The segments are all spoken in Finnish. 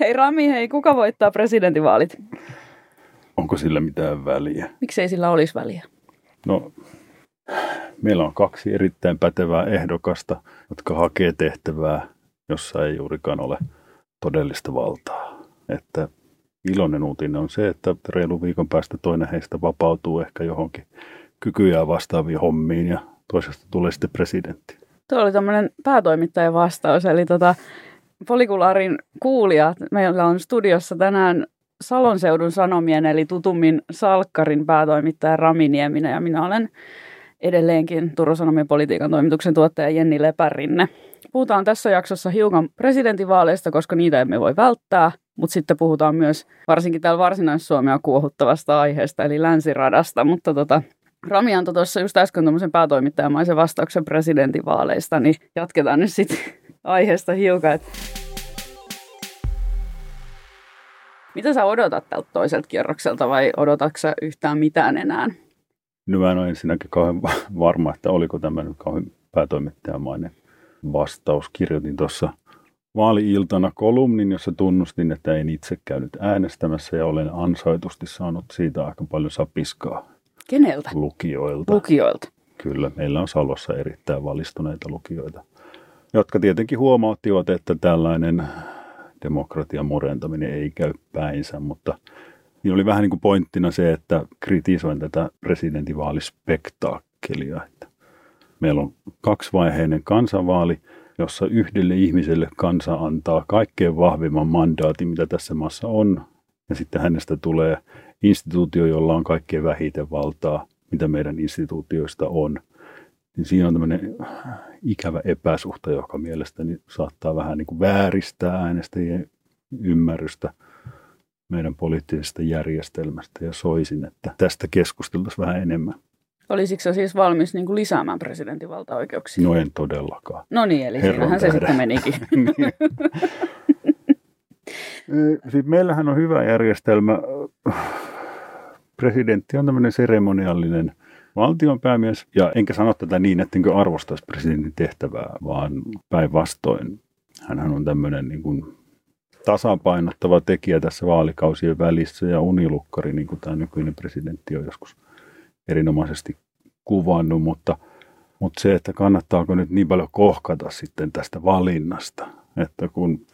Hei Rami, hei, kuka voittaa presidentinvaalit? Onko sillä mitään väliä? Miksei sillä olisi väliä? No, meillä on 2 erittäin pätevää ehdokasta, jotka hakee tehtävää, jossa ei juurikaan ole todellista valtaa. Että iloinen uutinen on se, että reilu viikon päästä toinen heistä vapautuu ehkä johonkin kykyjään vastaaviin hommiin ja toisesta tulee sitten presidentti. Tuo oli tämmöinen päätoimittajan vastaus, eli Polikulaarin kuulijat. Meillä on studiossa tänään Salon seudun Sanomien, eli tutummin Salkkarin päätoimittaja Rami Nieminen, ja minä olen edelleenkin Turun Sanomien politiikan toimituksen tuottaja Jenni Lepärinne. Puhutaan tässä jaksossa hiukan presidentinvaaleista, koska niitä emme voi välttää, mutta sitten puhutaan myös varsinkin täällä Varsinais-Suomea kuohuttavasta aiheesta, eli Länsiradasta, mutta Rami antoi tuossa just äsken tuommoisen päätoimittajamaisen vastauksen presidentinvaaleista, niin jatketaan nyt sitten aiheesta hiukan. Mitä sä odotat tältä toiselta kierrokselta vai odotatko sä yhtään mitään enää? No mä en ole ensinnäkin kauhean varma, että oliko tämä nyt kauhean päätoimittajamainen vastaus. Kirjoitin tuossa vaali-iltana kolumnin, jossa tunnustin, että en itse käynyt äänestämässä ja olen ansaitusti saanut siitä aika paljon sapiskaa. Keneltä? Lukijoilta. Kyllä, meillä on Salossa erittäin valistuneita lukijoita, jotka tietenkin huomauttivat, että tällainen demokratian murentaminen ei käy päinsä, mutta niin oli vähän niin kuin pointtina se, että kritisoin tätä presidentinvaalispektaakkelia. Että meillä on 2-vaiheinen kansanvaali, jossa yhdelle ihmiselle kansa antaa kaikkein vahvimman mandaatin, mitä tässä maassa on, ja sitten hänestä tulee instituutio, jolla on kaikkein vähiten valtaa, mitä meidän instituutioista on. Niin siinä on tämmöinen ikävä epäsuhta, joka mielestäni saattaa vähän niin kuin vääristää äänestäjien ymmärrystä meidän poliittisesta järjestelmästä, ja soisin, että tästä keskusteltaisiin vähän enemmän. Olisitko sä siis valmis niin kuin lisäämään presidentin valtaoikeuksia? No en todellakaan. No niin, eli siinähän se sitten menikin. Niin. Sitten meillähän on hyvä järjestelmä. Presidentti on tämmöinen seremoniallinen valtionpäämies, ja enkä sano tätä niin, ettenkö arvostaisi presidentin tehtävää, vaan päinvastoin. Hänhän on tämmöinen niin kuin tasapainottava tekijä tässä vaalikausien välissä ja unilukkari, niin kuin tämä nykyinen presidentti on joskus erinomaisesti kuvannut, mutta se, että kannattaako nyt niin paljon kohkata sitten tästä valinnasta, että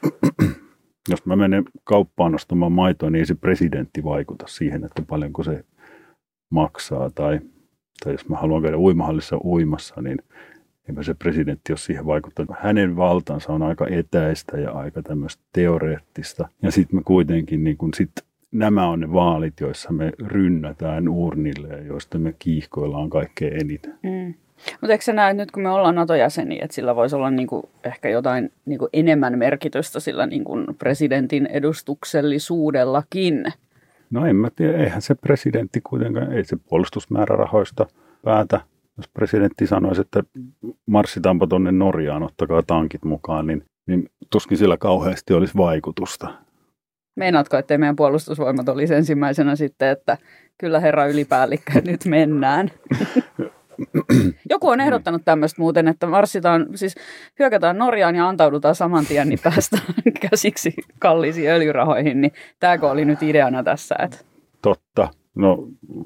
jos mä menen kauppaan ostamaan maitoa, niin ei se presidentti vaikuta siihen, että paljonko se maksaa, tai jos mä haluan käydä uimahallissa uimassa, niin eipä se presidentti ole siihen vaikuttanut. Hänen valtansa on aika etäistä ja aika tämmöistä teoreettista, ja sitten me kuitenkin nämä on ne vaalit, joissa me rynnätään urnille ja joista me kiihkoillaan kaikkein eniten. Mutta eikö sä näe nyt, kun me ollaan NATO-jäseniä, että sillä voisi olla niinku ehkä jotain niinku enemmän merkitystä sillä niinku presidentin edustuksellisuudellakin? No en mä tiedä, eihän se presidentti kuitenkaan, ei se puolustusmäärärahoista päätä. Jos presidentti sanoisi, että marssitaanpa tuonne Norjaan, ottakaa tankit mukaan, niin tuskin sillä kauheasti olisi vaikutusta. Meinaatko, että meidän puolustusvoimat olisi ensimmäisenä sitten, että kyllä herra ylipäällikkö, nyt mennään? Joku on ehdottanut tämmöistä muuten, että hyökätään Norjaan ja antaudutaan saman tien, niin päästään käsiksi kalliisiin öljyrahoihin. Niin tämäkö oli nyt ideana tässä? Että... Totta. No,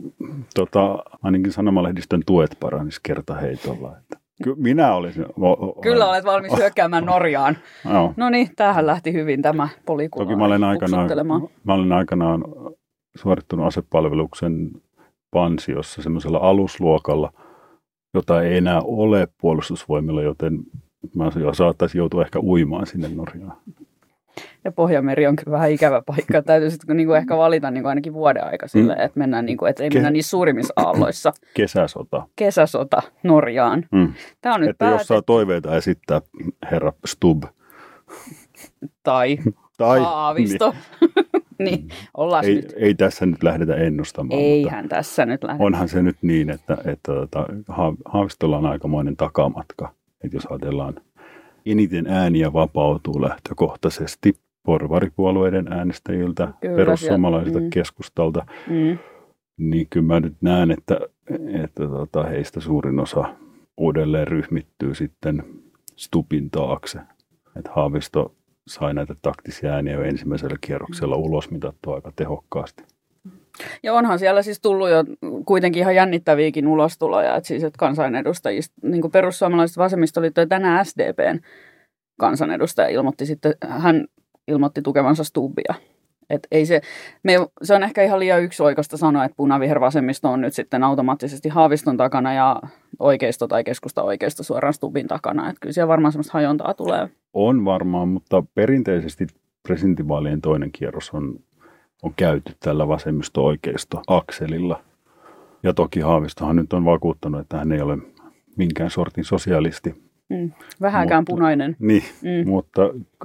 ainakin sanomalehdistön tuet paranisi kertaheitolla. Minä olisin... Kyllä olet valmis hyökkäämään Norjaan. No niin, tämähän lähti hyvin tämä Polikulaari. Toki mä olen aikanaan suorittunut asepalveluksen pansiossa semmoisella alusluokalla, jota ei enää ole puolustusvoimilla, joten mä saattaisin joutua ehkä uimaan sinne Norjaan. Ja Pohjanmeri on kyllä vähän ikävä paikka. Täytyy sitten ehkä valita ainakin vuoden aika silleen, että mennään, että ei mennä niissä suurimmissa aalloissa. Kesäsota Norjaan. Tämä on nyt että jos saa toiveita esittää herra Stubb. Tai Haavisto. Niin, ei tässä nyt lähdetä ennustamaan. Eihän tässä nyt lähdetä. Onhan se nyt niin, että Haavistolla on aikamoinen takamatka. Että jos ajatellaan, eniten ääniä vapautuu lähtökohtaisesti porvaripuolueiden äänestäjiltä, perussuomalaisilta, keskustalta. Niin kyllä mä nyt näen, että heistä suurin osa uudelleen ryhmittyy sitten Stubbin taakse. Että Haavisto sai näitä taktisia ääniä jo ensimmäisellä kierroksella ulosmitattua aika tehokkaasti. Ja onhan siellä siis tullut jo kuitenkin ihan jännittäviäkin ulostuloja, että siis että kansanedustajista, niin kuin perussuomalaiset vasemmistoliitto ja tänään SDPn kansanedustaja hän ilmoitti tukevansa Stubbia. Että ei se on ehkä ihan liian yksioikoista sanoa, että punavihervasemmisto on nyt sitten automaattisesti Haaviston takana ja oikeisto tai keskusta oikeisto suoraan Stubbin takana. Että kyllä siellä varmaan semmoista hajontaa tulee. On varmaan, mutta perinteisesti presidentinvaalien toinen kierros on käyty tällä vasemmisto-oikeisto-akselilla. Ja toki Haavistohan nyt on vakuuttanut, että hän ei ole minkään sortin sosialisti. Vähänkään punainen. Niin, mutta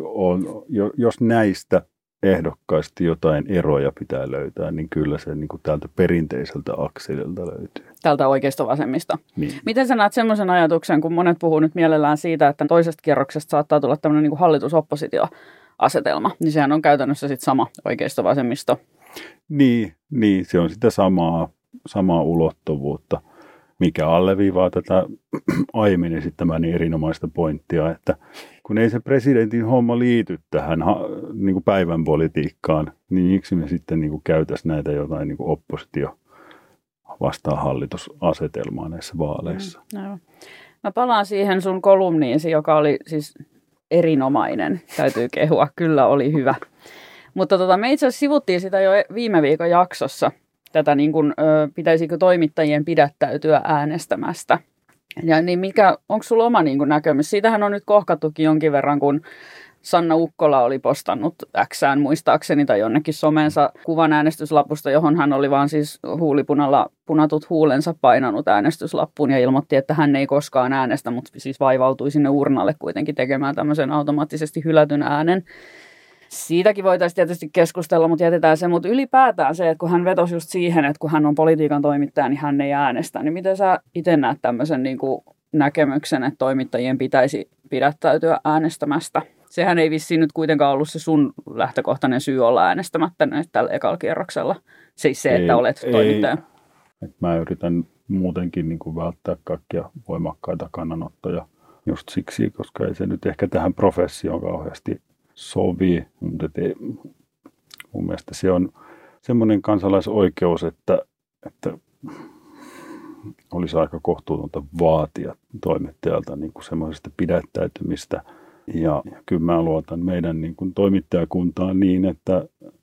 jos näistä ehdokkaasti jotain eroja pitää löytää, niin kyllä se niin kuin täältä perinteiseltä akselilta löytyy. Tältä oikeisto-vasemmista. Niin. Miten sä näet semmoisen ajatuksen, kun monet puhuu nyt mielellään siitä, että toisesta kierroksesta saattaa tulla tämmöinen niin kuin hallitus-oppositio-asetelma, niin sehän on käytännössä sitten sama oikeisto-vasemmisto. Niin, se on sitä samaa ulottuvuutta, mikä alleviivaa tätä aiemmin esittämäni erinomaista pointtia, että kun ei se presidentin homma liity tähän niin kuin päivän politiikkaan, niin miksi me sitten niin kuin käytäisiin näitä jotain niin kuin oppositio vastaan hallitusasetelmaa näissä vaaleissa. Mä palaan siihen sun kolumniisi, joka oli siis erinomainen, täytyy kehua, kyllä oli hyvä. Mutta me itse asiassa sivuttiin sitä jo viime viikon jaksossa, tätä niin kuin, pitäisikö toimittajien pidättäytyä äänestämästä. Ja niin onko sulla oma niin kuin näkemys? Siitähän on nyt kohkattukin jonkin verran, kun Sanna Ukkola oli postannut Xään muistaakseni tai jonnekin somensa kuvan äänestyslapusta, johon hän oli vaan siis huulipunalla punatut huulensa painanut äänestyslappuun ja ilmoitti, että hän ei koskaan äänestä, mutta siis vaivautui sinne urnalle kuitenkin tekemään tämmöisen automaattisesti hylätyn äänen. Siitäkin voitaisiin tietysti keskustella, mutta jätetään se. Mutta ylipäätään se, että kun hän vetosi just siihen, että kun hän on politiikan toimittaja, niin hän ei äänestä. Niin miten sä itse näet tämmöisen niin kuin näkemyksen, että toimittajien pitäisi pidättäytyä äänestämästä? Sehän ei vissiin nyt kuitenkaan ollut se sun lähtökohtainen syy olla äänestämättä tällä ekalla kierroksella. Siis se, että olet toimittaja. Mä yritän muutenkin niin kuin välttää kaikkia voimakkaita kannanottoja just siksi, koska ei se nyt ehkä tähän professioon kauheasti sovi, mutta mun mielestä se on semmoinen kansalaisoikeus, että olisi aika kohtuutonta vaatia toimittajalta niin kuin semmoisesta pidättäytymistä. Ja kyllä mä luotan meidän niin kuin toimittajakuntaan niin, että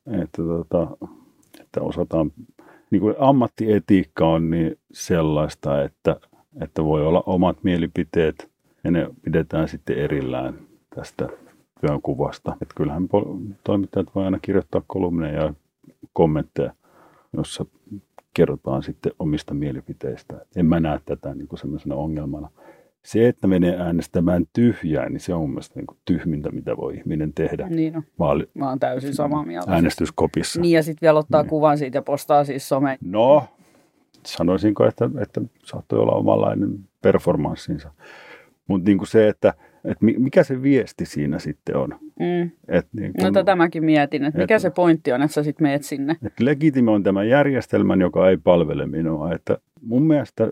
osataan, niin kuin ammattietiikka on niin sellaista, että voi olla omat mielipiteet ja ne pidetään sitten erillään tästä työnkuvasta. Että kyllähän toimittajat voi aina kirjoittaa kolumneja ja kommentteja, jossa kerrotaan sitten omista mielipiteistä. En mä näe tätä niin kuin semmoisena ongelmana. Se, että menee äänestämään tyhjää, niin se on mun mielestä niin kuin tyhmintä, mitä voi ihminen tehdä. Niin on. Mä oon täysin samaa mieltä. Äänestyskopissa. Niin ja sitten vielä ottaa kuvan siitä ja postaa siis someen. No, sanoisinko, että saattoi olla omanlainen performanssinsa. Mutta niin kuin se, että mikä se viesti siinä sitten on. Niin kun, tätä mäkin mietin, että mikä se pointti on, että sä sitten meet sinne. Että legitimoin tämän järjestelmän, joka ei palvele minua. Että mun mielestä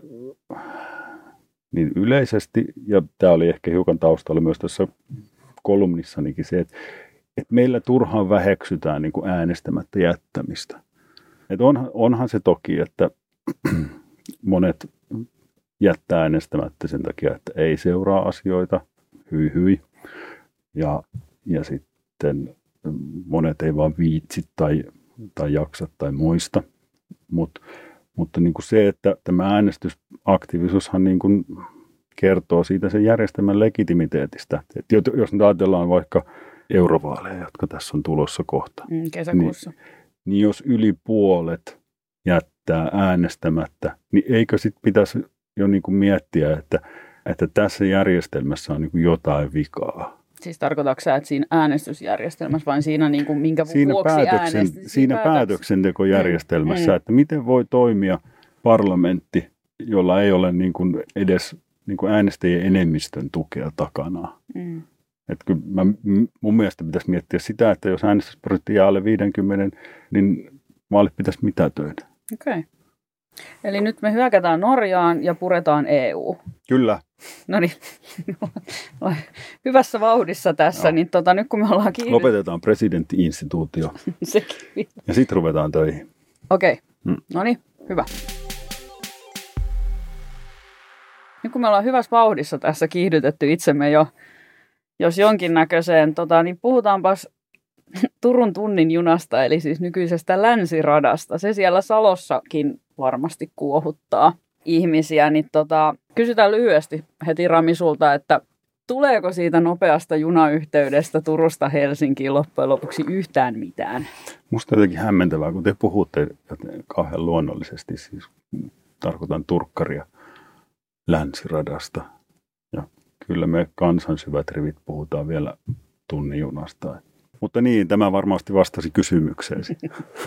niin yleisesti, ja tämä oli ehkä hiukan taustalla myös tässä kolumnissanikin se, että meillä turhaan väheksytään niin kuin äänestämättä jättämistä. Että onhan se toki, että monet jättää äänestämättä sen takia, että ei seuraa asioita, hyi. Ja sitten monet ei vaan viitsi tai jaksa tai muista. Mutta niin kuin se, että tämä äänestysaktiivisuushan niin kuin kertoo siitä sen järjestelmän legitimiteetistä. Että jos nyt ajatellaan vaikka eurovaaleja, jotka tässä on tulossa kohta. Kesäkuussa. Niin jos yli puolet jättää äänestämättä, niin eikö sitten pitäisi jo niin kuin miettiä, että tässä järjestelmässä on niin kuin jotain vikaa. Siis tarkoitatko sä, että siinä äänestysjärjestelmässä vai siinä niin kuin minkä vuoksi äänestit? Siinä päätöksentekojärjestelmässä, että miten voi toimia parlamentti, jolla ei ole niin kuin edes niin kuin äänestäjien enemmistön tukea takana. Että kyllä mun mielestä pitäisi miettiä sitä, että jos äänestysprosentti jää alle 50, niin vaalit pitäisi mitätöidä. Okei. Eli nyt me hyökätään Norjaan ja puretaan EU. Kyllä. No niin, hyvässä vauhdissa tässä, niin nyt kun me ollaan lopetetaan presidentti-instituutio ja sitten ruvetaan töihin. Okei, no niin, hyvä. Nyt kun me ollaan hyvässä vauhdissa tässä kiihdytetty itsemme jo, jos jonkinnäköiseen, niin puhutaanpas Turun tunnin junasta, eli siis nykyisestä Länsiradasta. Se siellä Salossakin varmasti kuohuttaa ihmisiä, niin kysytään lyhyesti heti Rami sulta, että tuleeko siitä nopeasta junayhteydestä Turusta Helsinkiin loppujen lopuksi yhtään mitään? Musta on jotenkin hämmentävää, kun te puhutte kauhean luonnollisesti, siis tarkoitan Turkkaria Länsiradasta. Ja kyllä me kansan syvät rivit puhutaan vielä tunnin junasta. Mutta niin, tämä varmasti vastasi kysymykseesi.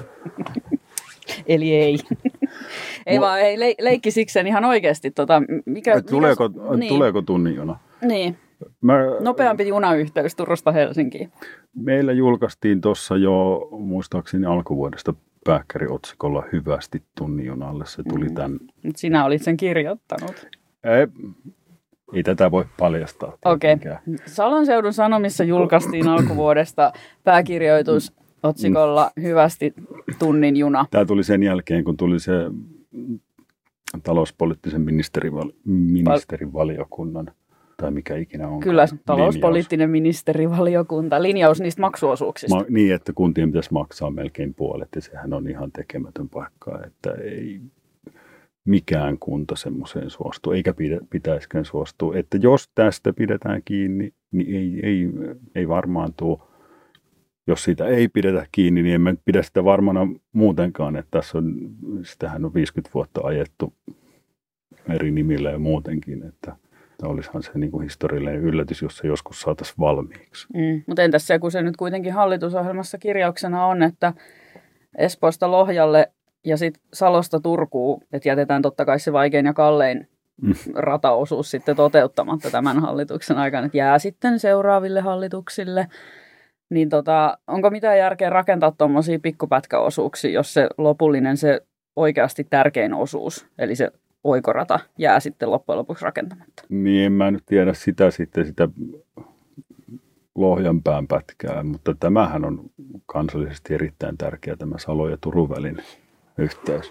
Eli ei. Ei vaan, ei leikki sikseen ihan oikeasti. Tuleeko tunnin juna? Niin. Nopeampi junayhteys Turusta Helsinkiin. Meillä julkaistiin tuossa jo muistaakseni alkuvuodesta pääkkäriotsikolla hyvästi tunnin junalle. Se tuli tämän. Sinä olit sen kirjoittanut. Ei tätä voi paljastaa. Okei. Salon seudun Sanomissa julkaistiin alkuvuodesta pääkirjoitus otsikolla hyvästi tunnin juna. Tämä tuli sen jälkeen, kun tuli se talouspoliittisen ministerivaliokunnan, tai mikä ikinä on. Kyllä, talouspoliittinen ministerivaliokunta, linjaus niistä maksuosuuksista. Niin, että kuntien pitäisi maksaa melkein puolet, ja sehän on ihan tekemätön paikka, että ei mikään kunta semmoiseen suostuu, eikä pitäisikään suostua. Että jos tästä pidetään kiinni, niin ei varmaan tule. Jos siitä ei pidetä kiinni, niin emme pidä sitä varmana muutenkaan, että sitähän on 50 vuotta ajettu eri nimillä ja muutenkin, että olisihan se niin kuin historiallinen yllätys, jos se joskus saataisiin valmiiksi. Mutta entäs se, kun se nyt kuitenkin hallitusohjelmassa kirjauksena on, että Espoosta Lohjalle ja sitten Salosta Turkuun, että jätetään totta kai se vaikein ja kallein rataosuus sitten toteuttamatta tämän hallituksen aikana, että jää sitten seuraaville hallituksille. Niin onko mitään järkeä rakentaa tuommoisia pikkupätkäosuuksia, jos se lopullinen, se oikeasti tärkein osuus, eli se oikorata, jää sitten loppujen lopuksi rakentamatta? Niin, en mä nyt tiedä sitä Lohjanpään pätkää, mutta tämähän on kansallisesti erittäin tärkeä, tämä Salon ja Turun välinen yhteys.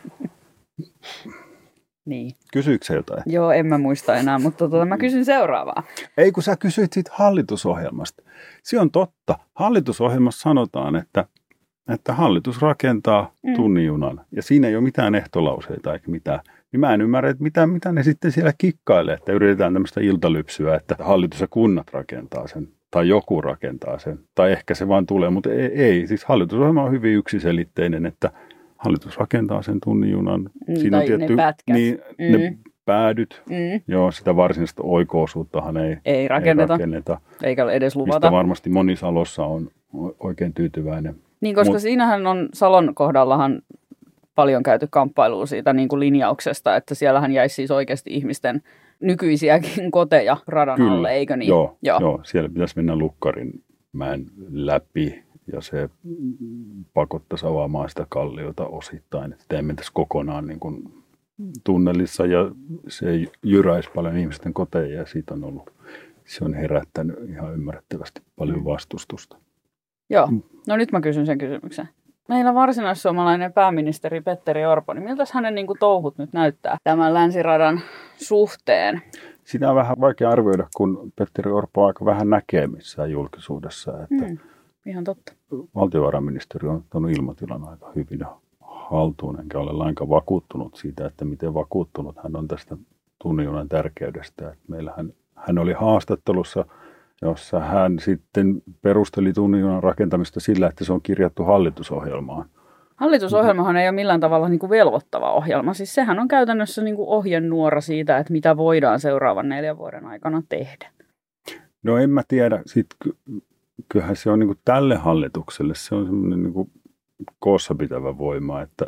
Niin. Kysyykö sä jotain? Joo, en mä muista enää, mutta mä kysyn seuraavaa. Ei, kun sä kysyit siitä hallitusohjelmasta. Se on totta. Hallitusohjelmassa sanotaan, että hallitus rakentaa tunnin junan. Ja siinä ei ole mitään ehtolauseita eikä mitään. Niin mä en ymmärrä, että mitä ne sitten siellä kikkailee, että yritetään tämmöistä iltalypsyä, että hallitus ja kunnat rakentaa sen. Tai joku rakentaa sen. Tai ehkä se vaan tulee, mutta ei. Siis hallitusohjelma on hyvin yksiselitteinen, että hallitus rakentaa sen tunnin junan. Siinä on tietty, ne pätkät. Ne päädyt. Joo, sitä varsinaista oikoosuuttahan ei rakenneta. Eikä edes luvata. Mistä varmasti moni Salossa on oikein tyytyväinen. Niin, koska siinähän on Salon kohdallahan paljon käyty kamppailua siitä niin kuin linjauksesta, että siellähän jäisi siis oikeasti ihmisten nykyisiäkin koteja radan alle, eikö niin? Joo, siellä pitäisi mennä Lukkarinmäen läpi. Ja se pakottaisi avaamaan sitä kalliota osittain, että ei mentäisi kokonaan niin kuin tunnelissa ja se jyräisi paljon ihmisten koteja ja siitä se on herättänyt ihan ymmärrettävästi paljon vastustusta. Joo, no nyt mä kysyn sen kysymyksen. Meillä varsinaissuomalainen pääministeri Petteri Orpo, niin miltä hänen niin kuin touhut nyt näyttää tämän Länsiradan suhteen? Sitä on vähän vaikea arvioida, kun Petteri Orpo aika vähän näkee missään julkisuudessa, että ihan totta. Valtiovarainministeri on ottanut ilmatilan aika hyvin haltuun, enkä ole lainkaan vakuuttunut siitä, että miten vakuuttunut hän on tästä tunnin junan tärkeydestä. Että meillähän hän oli haastattelussa, jossa hän sitten perusteli tunnin junan rakentamista sillä, että se on kirjattu hallitusohjelmaan. Hallitusohjelmahan ei ole millään tavalla niin kuin velvoittava ohjelma. Siis sehän on käytännössä niin kuin ohjenuora siitä, että mitä voidaan seuraavan 4 vuoden aikana tehdä. No en mä tiedä. Kyllähän se on niin kuin tälle hallitukselle, se on semmoinen niin kuin koossa pitävä voima, että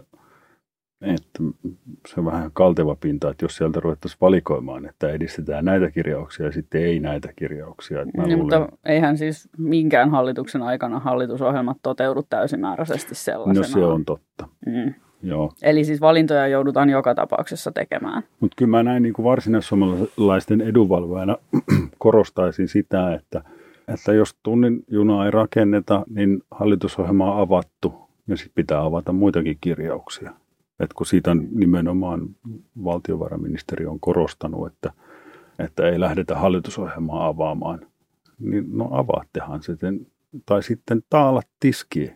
se on vähän kalteva pinta, että jos sieltä ruvettaisiin valikoimaan, että edistetään näitä kirjauksia ja sitten ei näitä kirjauksia. Mutta eihän siis minkään hallituksen aikana hallitusohjelmat toteudu täysimääräisesti sellaisena. No se on totta. Joo. Eli siis valintoja joudutaan joka tapauksessa tekemään. Mutta kyllä mä näin niin kuin varsinaissuomalaisten edunvalvojana korostaisin sitä, että jos tunnin junaa ei rakenneta, niin hallitusohjelma on avattu ja sitten pitää avata muitakin kirjauksia. Et kun siitä on nimenomaan valtiovarainministeri on korostanut, että ei lähdetä hallitusohjelmaa avaamaan, niin no avaattehan sitten, tai sitten taalat tiskiin.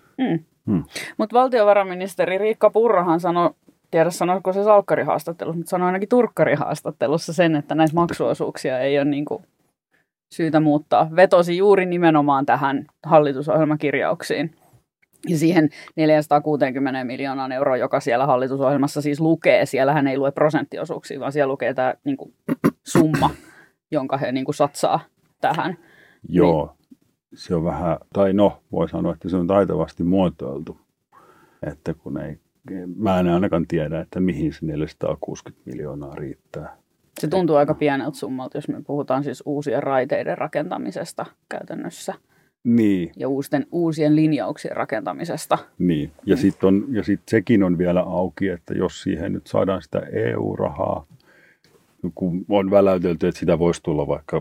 Mutta valtiovarainministeri Riikka Purrahan sanoi, tiedä sanoiko se salkkarihaastattelussa, mutta sanoi ainakin turkkarihaastattelussa sen, että näitä maksuosuuksia ei ole niinku syytä muuttaa. Vetosi juuri nimenomaan tähän hallitusohjelmakirjauksiin ja siihen 460 miljoonaa euroa, joka siellä hallitusohjelmassa siis lukee. Siellähän ei lue prosenttiosuuksia, vaan siellä lukee tämä niinku summa, jonka he niinku satsaa tähän. Joo. Niin. Se on vähän, tai no, voi sanoa, että se on taitavasti muotoiltu, että kun mä en ainakaan tiedä, että mihin se 460 miljoonaa riittää. Se tuntuu aika pieneltä summalta, jos me puhutaan siis uusien raiteiden rakentamisesta käytännössä. Niin. Ja uusien linjauksien rakentamisesta. Niin, ja sitten sekin on vielä auki, että jos siihen nyt saadaan sitä EU-rahaa, kun on väläytelty, että sitä voisi tulla vaikka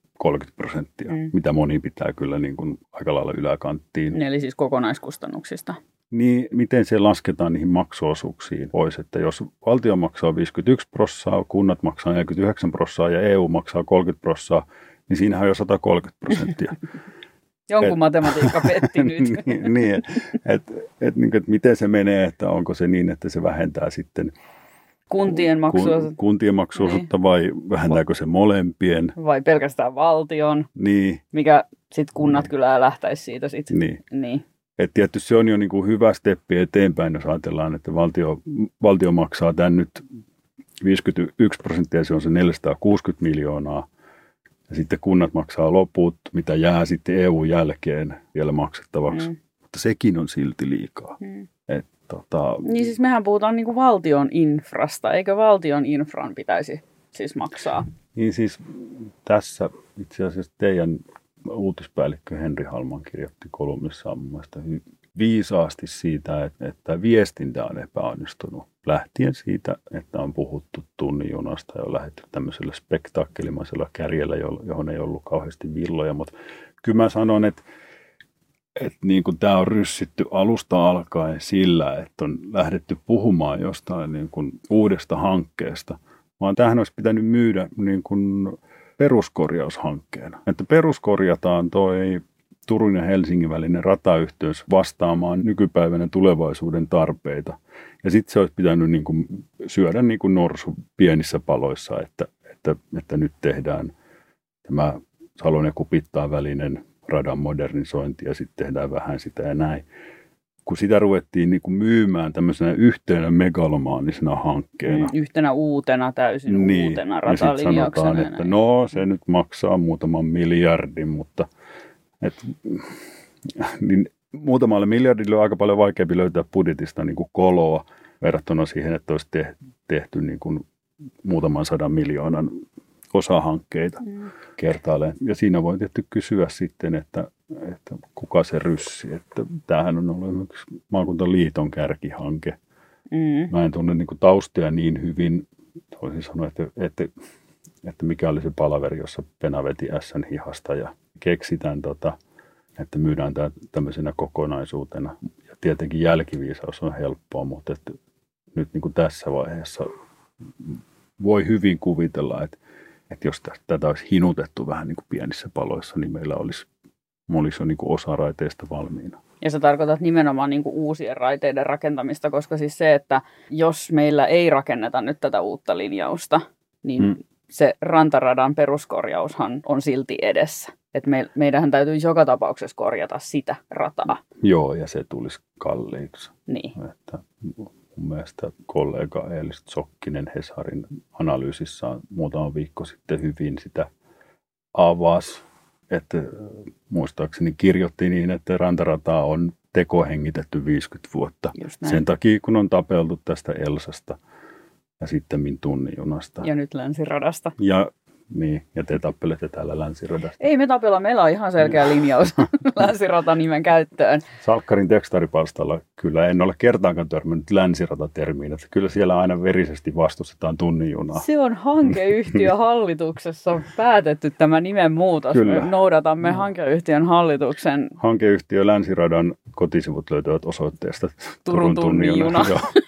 30%, mitä moni pitää kyllä niin kuin aika lailla yläkanttiin. Eli siis kokonaiskustannuksista. Niin, miten se lasketaan niihin maksuosuuksiin pois, että jos valtio maksaa 51%, kunnat maksaa 49% ja EU maksaa 30%, niin siinähän on jo 130%. Jonkun matematiikka petti nyt. niin, että miten se menee, että onko se niin, että se vähentää sitten kuntien maksuosuutta vai vähentääkö se molempien? Vai pelkästään valtion, niin. Mikä sitten kunnat kyllä lähtäisi siitä sitten. Niin. Et tietysti se on jo niin kuin hyvä steppi eteenpäin, jos ajatellaan, että valtio maksaa tämän nyt 51%, se on se 460 miljoonaa. Ja sitten kunnat maksaa loput, mitä jää sitten EU-jälkeen vielä maksettavaksi. Mutta sekin on silti liikaa. Niin siis mehän puhutaan niinku valtion infrasta, eikö valtion infran pitäisi siis maksaa? Niin siis tässä itse asiassa teidän uutispäällikkö Henri Halman kirjoitti kolumnissaan mun mielestä viisaasti siitä, että viestintä on epäonnistunut. Lähtien siitä, että on puhuttu tunnin junasta ja on lähdetty tämmöisellä spektaakkelimaisella kärjellä, johon ei ollut kauheasti villoja. Mutta kyllä mä sanon, että niin kuin tämä on ryssitty alusta alkaen sillä, että on lähdetty puhumaan jostain niin kuin uudesta hankkeesta, vaan tämähän olisi pitänyt myydä niin kuin peruskorjaushankkeena. Että peruskorjataan toi Turun ja Helsingin välinen ratayhteys vastaamaan nykypäivänä tulevaisuuden tarpeita. Ja sitten se olisi pitänyt niin kuin syödä niin kuin norsu pienissä paloissa, että nyt tehdään tämä Salon ja Kupittaan välinen radan modernisointi ja sitten tehdään vähän sitä ja näin. Kun sitä ruvettiin niin kuin myymään tämmöisenä yhtenä megalomaanisena hankkeena. Yhtenä uutena, täysin uutena ratalinjauksena. Ja sitten sanotaan, että no se nyt maksaa muutaman miljardin, mutta niin muutamalle miljardille on aika paljon vaikeampi löytää budjetista niin kuin koloa verrattuna siihen, että olisi tehty niin kuin muutaman 100 miljoonan osahankkeita kertaalleen. Ja siinä voi tietysti kysyä sitten, että kuka se ryssi. Että tämähän on ollut esimerkiksi maakuntaliiton kärkihanke. Mä en tunne niin kuin taustia niin hyvin. Voisin sanoa, että mikä oli se palaveri, jossa Pena veti S:n hihasta ja keksitään, että myydään tämä tämmöisenä kokonaisuutena. Ja tietenkin jälkiviisaus on helppoa, mutta että nyt niin kuin tässä vaiheessa voi hyvin kuvitella, että jos tätä olisi hinutettu vähän niin kuin pienissä paloissa, niin meillä olisi jo niin kuin osa raiteista valmiina. Ja sä tarkoitat nimenomaan niin kuin uusien raiteiden rakentamista, koska siis se, että jos meillä ei rakenneta nyt tätä uutta linjausta, niin se rantaradan peruskorjaushan on silti edessä. Että meidänhän täytyisi joka tapauksessa korjata sitä rataa. Joo, ja se tulisi kalliiksi. Niin. Että mun mielestä kollega Eelis Zokkinen Hesarin analyysissaan muutama viikko sitten hyvin sitä avasi. Että muistaakseni kirjoitti niin, että rantarataa on tekohengitetty 50 vuotta. Sen takia, kun on tapeltu tästä Elsasta ja sitten tunnin junasta. Ja nyt länsiradasta. Ja Niin, ja te tappelette täällä Länsiradasta. Ei me tapella, meillä on ihan selkeä linjaus Länsirata-nimen käyttöön. Salkkarin tekstaaripalstalla kyllä en ole kertaakaan törmännyt Länsirata-termiin, että kyllä siellä aina verisesti vastustetaan tunnin junaa. Se on hankeyhtiön hallituksessa päätetty tämä nimenmuutos. Kyllä. Me noudatamme hankeyhtiön hallituksen. Hankeyhtiö Länsiradan kotisivut löytyvät osoitteesta Turun tunnin juna.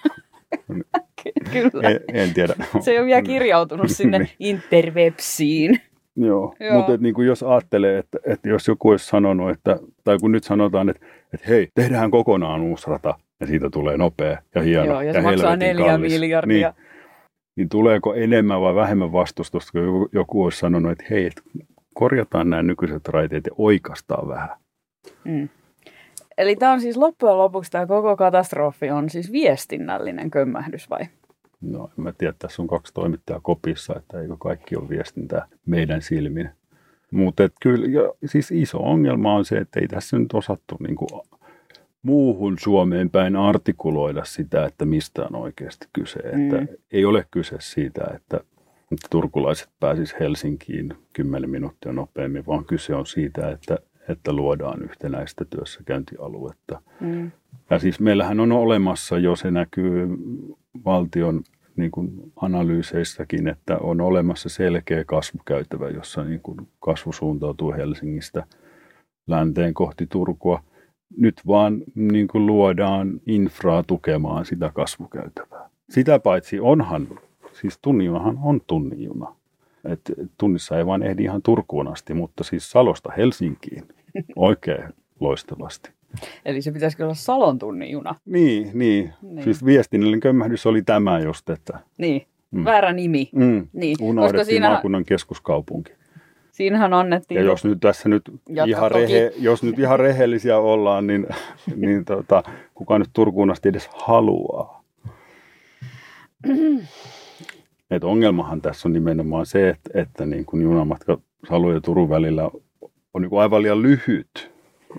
Kyllä. En tiedä. Se ei ole vielä kirjautunut sinne interwebsiin. Joo. Mutta niin jos ajattelee, että jos joku olisi sanonut, tai kun nyt sanotaan, että hei, tehdään kokonaan uusi rata, ja siitä tulee nopea ja hieno. Joo, ja se maksaa 4 miljardia. Niin tuleeko enemmän vai vähemmän vastustusta, kun joku olisi sanonut, että hei, korjataan nämä nykyiset raiteet ja oikaistaan vähän. Mm. Eli tämä on siis loppujen lopuksi, tämä koko katastrofi on siis viestinnällinen kömmähdys vai? No en mä tiedä, tässä on 2 toimittajaa kopissa, että eikö kaikki ole viestintää meidän silmin. Mutta kyllä, siis iso ongelma on se, että ei tässä nyt osattu niinku muuhun Suomeen päin artikuloida sitä, että mistä on oikeasti kyse. Että ei ole kyse siitä, että turkulaiset pääsisivät Helsinkiin 10 minuuttia nopeammin, vaan kyse on siitä, että luodaan yhtenäistä työssäkäyntialuetta. Ja siis meillähän on olemassa jo, se näkyy valtion niin kuin analyyseissäkin, että on olemassa selkeä kasvukäytävä, jossa niin kuin kasvu suuntautuu Helsingistä länteen kohti Turkua. Nyt vaan niin kuin luodaan infraa tukemaan sitä kasvukäytävää. Sitä paitsi siis tunnin junahan on tunnin juna. Et tunnissa ei vaan ehdi ihan Turkuun asti, mutta siis Salosta Helsinkiin oikein loistavasti. Eli se pitäisi olla Salon tunnin juna. Niin. Siis viestinnällinen kömmähdys oli tämä just, että... Niin, väärä nimi. Niin. Unohdettiin maakunnan keskuskaupunki. Siinähän annettiin... Ja jos nyt tässä ihan rehellisiä ollaan, niin kuka nyt Turkuun asti edes haluaa? Et ongelmahan tässä on nimenomaan se, että niin kuin junamatka Salon ja Turun välillä on niin kuin aivan liian lyhyt.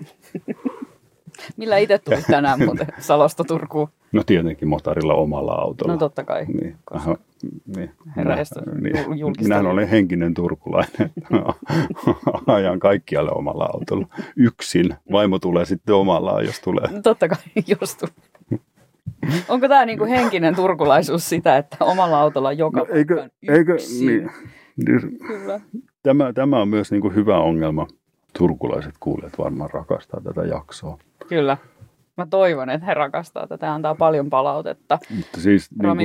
Millä itse tulit tänään muuten Salosta Turkuun? No tietenkin motorilla omalla autolla. No totta kai. Niin. Niin. Minähän olen henkinen turkulainen. Ajan kaikkialle omalla autolla. Yksin. Vaimo tulee sitten omallaan, jos tulee. No totta kai, jos tulee. Onko tämä niinku henkinen turkulaisuus sitä, että omalla autolla joka paikkaan yksin? Niin. Kyllä. Tämä on myös niinku hyvä ongelma. Turkulaiset kuulijat varmaan rakastaa tätä jaksoa. Kyllä. Mä toivon, että he rakastaa tätä. Tämä antaa paljon palautetta. Siis,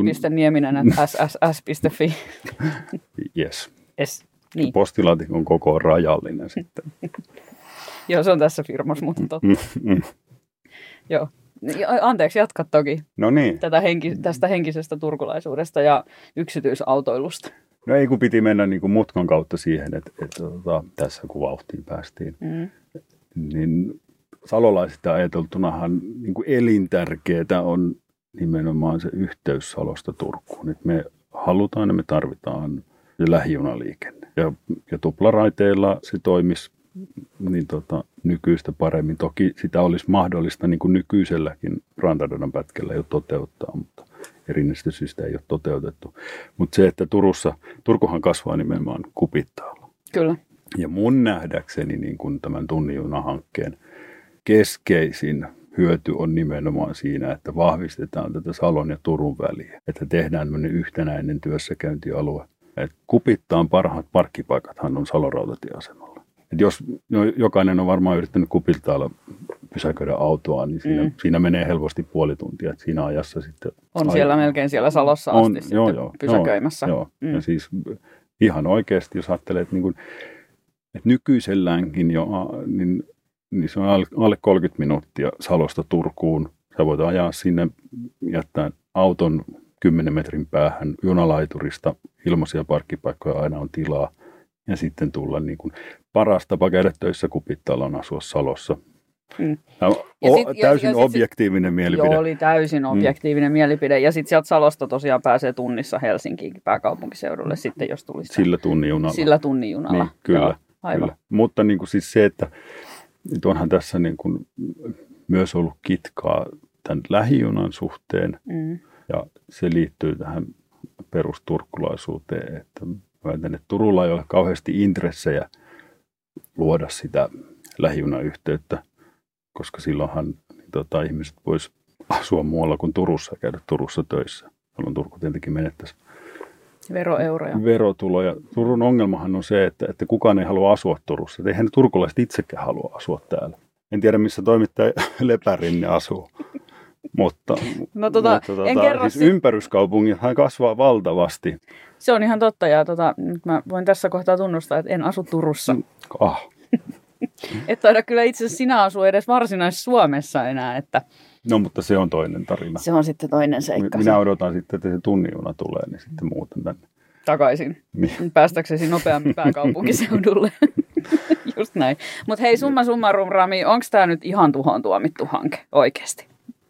rami.nieminen@ss.fi. Yes. Niin. Postilaatikon koko on rajallinen sitten. Joo, se on tässä firmassa, mutta totta. Joo. Anteeksi, jatka toki. No niin. Tästä henkisestä turkulaisuudesta ja yksityisautoilusta. No ei kun piti mennä niin kuin mutkan kautta siihen, että tässä kun vauhtiin päästiin. Niin salolaisista ajateltunahan niin kuin elintärkeää on nimenomaan se yhteys Salosta Turkuun. Et me halutaan ja me tarvitaan lähijunaliikenne. Ja tuplaraiteilla se toimisi niin nykyistä paremmin. Toki sitä olisi mahdollista niin kuin nykyiselläkin rantaradan pätkällä jo toteuttaa, mutta erinäisistä syistä ei ole toteutettu. Mutta se, että Turkuhan kasvaa nimenomaan Kupittaalla. Kyllä. Ja mun nähdäkseni niin kuin tämän tunnin junahankkeen keskeisin hyöty on nimenomaan siinä, että vahvistetaan tätä Salon ja Turun väliä. Että tehdään tämmöinen yhtenäinen työssäkäyntialue. Et Kupittaan parhaat parkkipaikathan on Salon rautatieasemalla. Et jos jokainen on varmaan yrittänyt Kupittaalla pysäköidä autoa, niin siinä menee helposti puoli tuntia. Et siinä ajassa sitten... On siellä melkein siellä Salossa asti pysäköimässä. Joo. Ja siis ihan oikeasti, jos ajattelee, että, että nykyiselläänkin jo... Niin se on alle 30 minuuttia Salosta Turkuun. Sä voit ajaa sinne, jättää auton 10 metrin päähän junalaiturista. Ilmaisia parkkipaikkoja aina on tilaa. Ja sitten tulla niin kuin paras tapa käydä töissä Kupittaalla on asua Salossa. Täysin objektiivinen mielipide. Joo, oli täysin objektiivinen mielipide. Ja sitten sieltä Salosta tosiaan pääsee tunnissa Helsinkiin pääkaupunkiseudulle sitten, jos tulisi. Sillä tunnin junalla. Sillä tunnin junalla. Niin, kyllä. Kyllä. Mutta niin kuin siis se, että onhan tässä niin kuin myös ollut kitkaa tämän lähijunan suhteen. Ja se liittyy tähän perusturkulaisuuteen, että väitän, että Turulla ei ole kauheasti intressejä luoda sitä lähijunayhteyttä, koska silloinhan ihmiset vois asua muualla kuin Turussa ja käydä Turussa töissä, jolloin Turku tietenkin menettäisi verotuloja. Turun ongelmahan on se, että kukaan ei halua asua Turussa. Eihän turkulaiset itsekään halua asua täällä. En tiedä, missä toimittaja Lepärinne asuu. Mutta, en kerro siis ympäryskaupungithan kasvaa valtavasti. Se on ihan totta ja mä voin tässä kohtaa tunnustaa, että en asu Turussa. Et taida kyllä itse asiassa sinä asua edes Varsinais-Suomessa enää. Että no, mutta se on toinen tarina. Se on sitten toinen seikka. Minä odotan sitten, että se tunnijuna tulee, niin sitten muuten tänne. Takaisin. Niin. Päästäksesi nopeammin pääkaupunkiseudulle. Just näin. Mutta hei, summa summarum, Rami, onko tämä nyt ihan tuhoon tuomittu hanke oikeasti?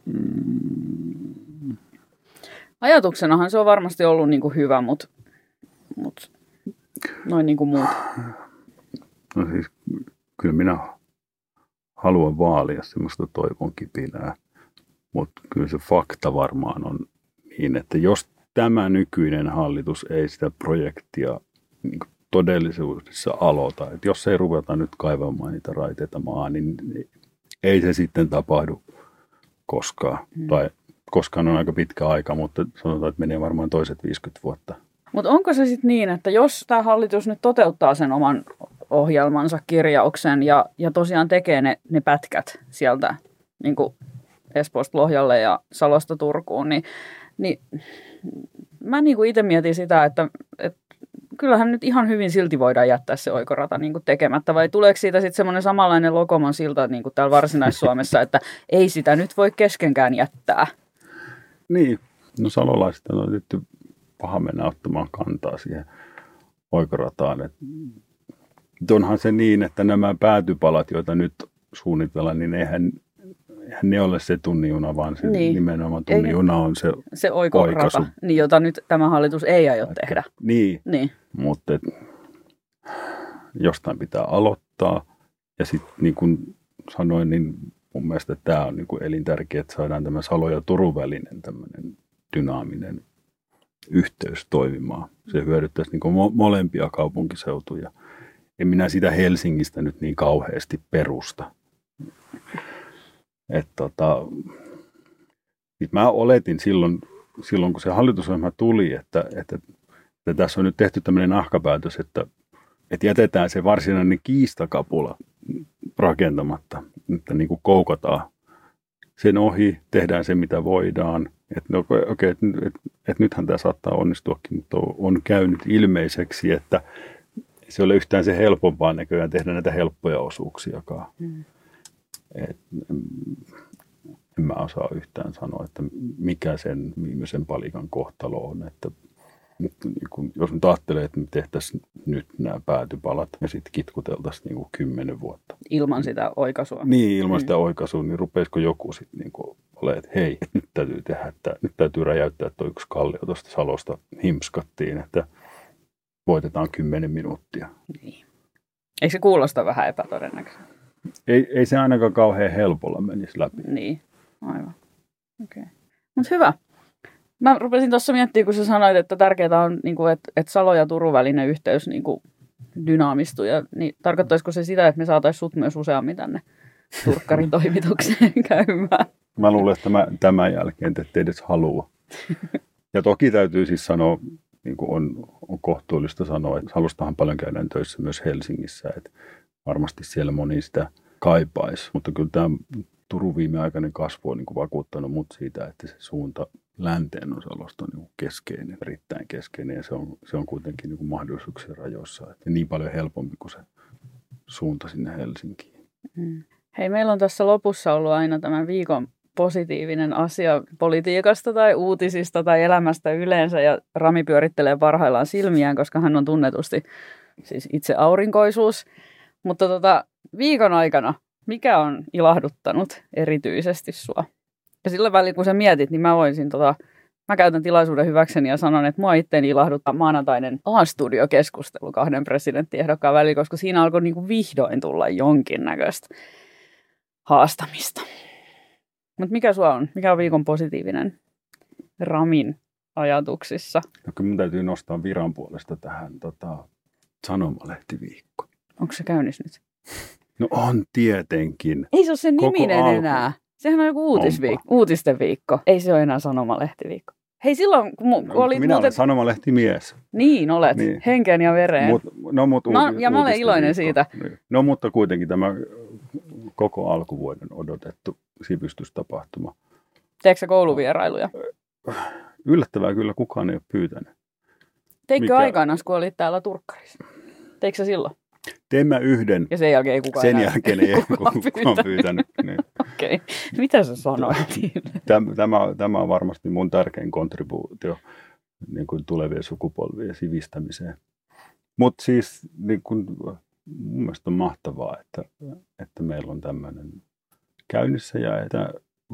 Ajatuksenahan se on varmasti ollut niinku hyvä, mutta noin niin kuin muut. No siis, kyllä minä haluan vaalia semmoista toivon kipinää, mutta kyllä se fakta varmaan on niin, että jos tämä nykyinen hallitus ei sitä projektia niin kuin todellisuudessa aloita, että jos ei ruveta nyt kaivamaan niitä raiteita maan, niin ei se sitten tapahdu koskaan. Tai koskaan on aika pitkä aika, mutta sanotaan, että menee varmaan toiset 50 vuotta. Mutta onko se sitten niin, että jos tämä hallitus nyt toteuttaa sen oman ohjelmansa kirjauksen ja tosiaan tekee ne pätkät sieltä niin kuin Espoosta Lohjalle ja Salosta Turkuun, niin mä niin kuin itse mietin sitä, että kyllähän nyt ihan hyvin silti voidaan jättää se oikorata niin kuin tekemättä, vai tuleeko siitä sitten semmoinen samanlainen Lokomon silta niin kuin täällä Varsinais-Suomessa, että ei sitä nyt voi keskenkään jättää? Niin, no salolaiset on tietty paha mennä ottamaan kantaa siihen oikorataan. Onhan se niin, että nämä päätypalat, joita nyt suunnitellaan, niin eihän ne ole se tunnijuna, vaan se nimenomaan tunnijuna on se oikaisu. Niin, jota nyt tämä hallitus ei aio tehdä. Niin. Mutta jostain pitää aloittaa. Ja sitten niin kuin sanoin, niin mun mielestä tämä on niin kuin elintärkeää, että saadaan tämä Salo ja Turun välinen tämmöinen dynaaminen yhteys toimimaan. Se hyödyttäisi niin kuin molempia kaupunkiseutuja. En minä sitä Helsingistä nyt niin kauheasti perusta. Mä oletin silloin kun se hallitusohjelma tuli, että tässä on nyt tehty tämmöinen nahkapäätös, että jätetään se varsinainen kiistakapula rakentamatta, että niin kuin koukataan sen ohi, tehdään se mitä voidaan. Että nythän tämä saattaa onnistuakin, mutta on käynyt ilmeiseksi, että se ei ole yhtään se helpompaa näköjään tehdä näitä helppoja osuuksiakaan. En mä osaa yhtään sanoa, että mikä sen viimeisen palikan kohtalo on. Että jos nyt ajattelee, että me tehtäisiin nyt nämä päätypalat ja sitten kitkuteltaisiin niin kuin 10 vuotta. Ilman sitä oikaisua. Niin, ilman sitä oikaisua, niin rupeisiko joku sitten niin olemaan, että hei, nyt täytyy tehdä, että nyt täytyy räjäyttää tuo yksi kallio tuosta Salosta himskattiin, että voitetaan 10 minuuttia. Niin. Eikö se kuulosta vähän epätodennäköistä? Ei se ainakaan kauhean helpolla menisi läpi. Niin, aivan. Okei. Mutta hyvä. Mä rupesin tuossa miettimään, kun sä sanoit, että tärkeää on, että Salo ja Turun välinen yhteys dynaamistuu. Niin tarkoittaisiko se sitä, että me saataisiin sut myös useammin tänne Turkkarin toimitukseen käymään? Mä luulen, että tämän jälkeen te ette edes halua. Ja toki täytyy siis sanoa, niin kuin on kohtuullista sanoa, että Salostahan paljon käydään töissä myös Helsingissä. Että varmasti siellä moni sitä kaipaisi, mutta kyllä tämä Turun viimeaikainen kasvu on niin kuin vakuuttanut mut siitä, että se suunta länteen on Salosta niin kuin keskeinen, erittäin keskeinen, ja se on kuitenkin niin kuin mahdollisuuksien rajoissa. Että niin paljon helpompi kuin se suunta sinne Helsinkiin. Hei, meillä on tässä lopussa ollut aina tämän viikon positiivinen asia politiikasta tai uutisista tai elämästä yleensä, ja Rami pyörittelee parhaillaan silmiään, koska hän on tunnetusti siis itse aurinkoisuus. Mutta viikon aikana, mikä on ilahduttanut erityisesti sua? Ja sillä välin, kun sä mietit, niin mä voisin, mä käytän tilaisuuden hyväkseni ja sanon, että mua itteeni ilahduttaa maanantainen A-studio-keskustelu 2 presidenttiehdokkaan välillä, koska siinä alkoi niin kuin vihdoin tulla jonkinnäköistä haastamista. Mutta mikä sua on? Mikä on viikon positiivinen Ramin ajatuksissa. No kyllä mun täytyy nostaa viran puolesta tähän sanomalehtiviikko. Onko se käynnissä nyt? No on tietenkin. Ei se ole sen niminen enää. Sehän on joku uutisten viikko. Ei se ole enää sanomalehtiviikko. Hei silloin, kun olit minä olen sanomalehtimies. Niin olet, niin. Henkeen ja vereen. Ja mä olen iloinen siitä. Niin. No mutta kuitenkin tämä koko alkuvuoden odotettu sivistystapahtuma. Teekö sä kouluvierailuja? Yllättävää kyllä kukaan ei ole pyytänyt. Teikö aikanaan, kun olit täällä Turkkarissa? Teikö sä silloin? Tein mä yhden. Ja sen jälkeen ei kukaan Sen jälkeen ei kukaan pyytänyt. Niin. Okei. Mitä sä sanoit? Tämä on varmasti mun tärkein kontribuutio niin kuin tulevien sukupolvien sivistämiseen. Mutta siis niin kuin, mun mielestä on mahtavaa, että meillä on tämmöinen käynnissä ja että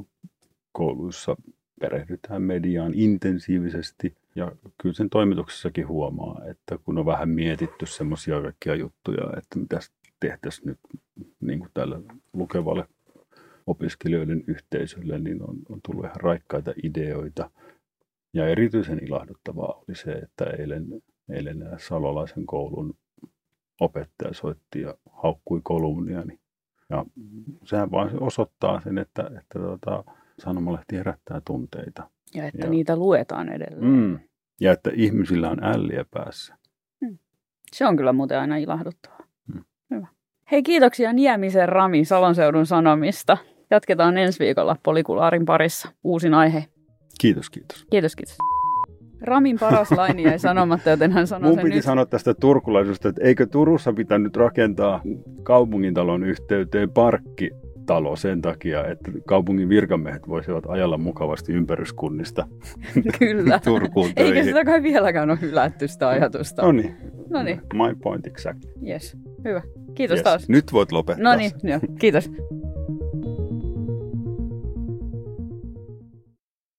kouluissa perehdytään mediaan intensiivisesti. Ja kyllä sen toimituksessakin huomaa, että kun on vähän mietitty semmoisia kaikkia juttuja, että mitä tehtäisiin nyt niin kuin tälle lukevalle opiskelijoiden yhteisölle, niin on tullut ihan raikkaita ideoita. Ja erityisen ilahduttavaa oli se, että eilen Salolaisen koulun opettaja soitti ja haukkui kolumniani. Ja sehän vaan osoittaa sen, että sanomalehti herättää tunteita. Ja että niitä luetaan edelleen. Ja että ihmisillä on älliä päässä. Se on kyllä muuten aina ilahduttavaa. Hyvä. Hei, kiitoksia Niemisen Rami Salonseudun Sanomista. Jatketaan ensi viikolla Polikulaarin parissa uusin aihe. Kiitos. Kiitos. Ramin paras laini jäi sanomatta, joten hän sanoi sen nyt. Mun piti sanoa tästä turkulaisuudesta, että eikö Turussa pitänyt rakentaa kaupungintalon yhteyteen parkkitalo sen takia, että kaupungin virkamiehet voisivat ajalla mukavasti ympäryskunnista Kyllä. Turkuun töihin. Eikä sitä kai vieläkään ole hylätty sitä ajatusta. No niin. My point exactly. Yes, hyvä. Kiitos taas. Nyt voit lopettaa. No niin, kiitos.